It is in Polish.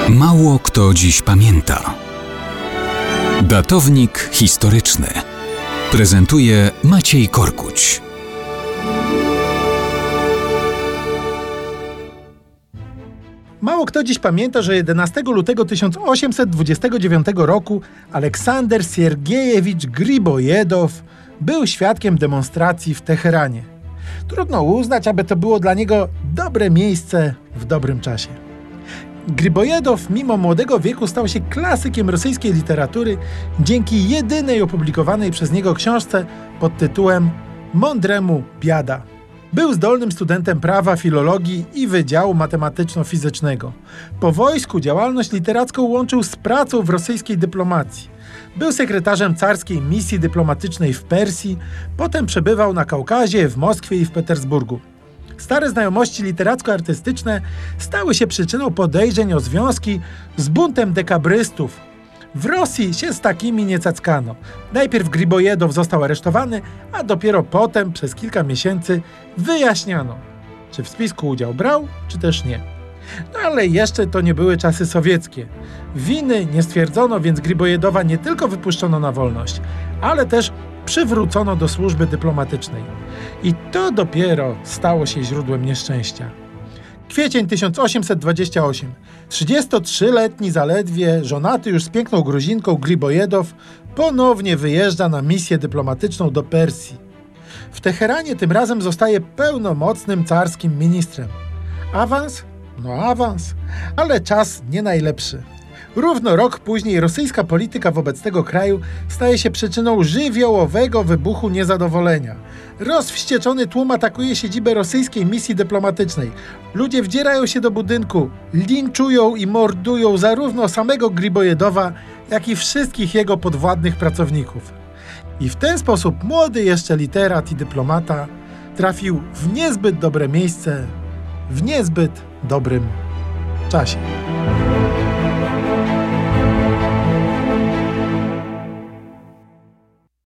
Mało kto dziś pamięta. Datownik historyczny prezentuje Maciej Korkuć. Mało kto dziś pamięta, że 11 lutego 1829 roku Aleksander Siergiejewicz Gribojedow był świadkiem demonstracji w Teheranie. Trudno uznać, aby to było dla niego dobre miejsce w dobrym czasie. Gribojedow mimo młodego wieku stał się klasykiem rosyjskiej literatury dzięki jedynej opublikowanej przez niego książce pod tytułem Mądremu biada. Był zdolnym studentem prawa, filologii i wydziału matematyczno-fizycznego. Po wojsku działalność literacką łączył z pracą w rosyjskiej dyplomacji. Był sekretarzem carskiej misji dyplomatycznej w Persji, potem przebywał na Kaukazie, w Moskwie i w Petersburgu. Stare znajomości literacko-artystyczne stały się przyczyną podejrzeń o związki z buntem dekabrystów. W Rosji się z takimi nie cackano. Najpierw Gribojedow został aresztowany, a dopiero potem przez kilka miesięcy wyjaśniano, czy w spisku udział brał, czy też nie. No ale jeszcze to nie były czasy sowieckie. Winy nie stwierdzono, więc Gribojedowa nie tylko wypuszczono na wolność, ale też przywrócono do służby dyplomatycznej. I to dopiero stało się źródłem nieszczęścia. Kwiecień 1828. 33-letni zaledwie, żonaty już z piękną Gruzinką Gribojedow ponownie wyjeżdża na misję dyplomatyczną do Persji. W Teheranie tym razem zostaje pełnomocnym carskim ministrem. Awans? No awans, ale czas nie najlepszy. Równo rok później rosyjska polityka wobec tego kraju staje się przyczyną żywiołowego wybuchu niezadowolenia. Rozwścieczony tłum atakuje siedzibę rosyjskiej misji dyplomatycznej. Ludzie wdzierają się do budynku, linczują i mordują zarówno samego Gribojedowa, jak i wszystkich jego podwładnych pracowników. I w ten sposób młody jeszcze literat i dyplomata trafił w niezbyt dobre miejsce, w niezbyt dobrym czasie.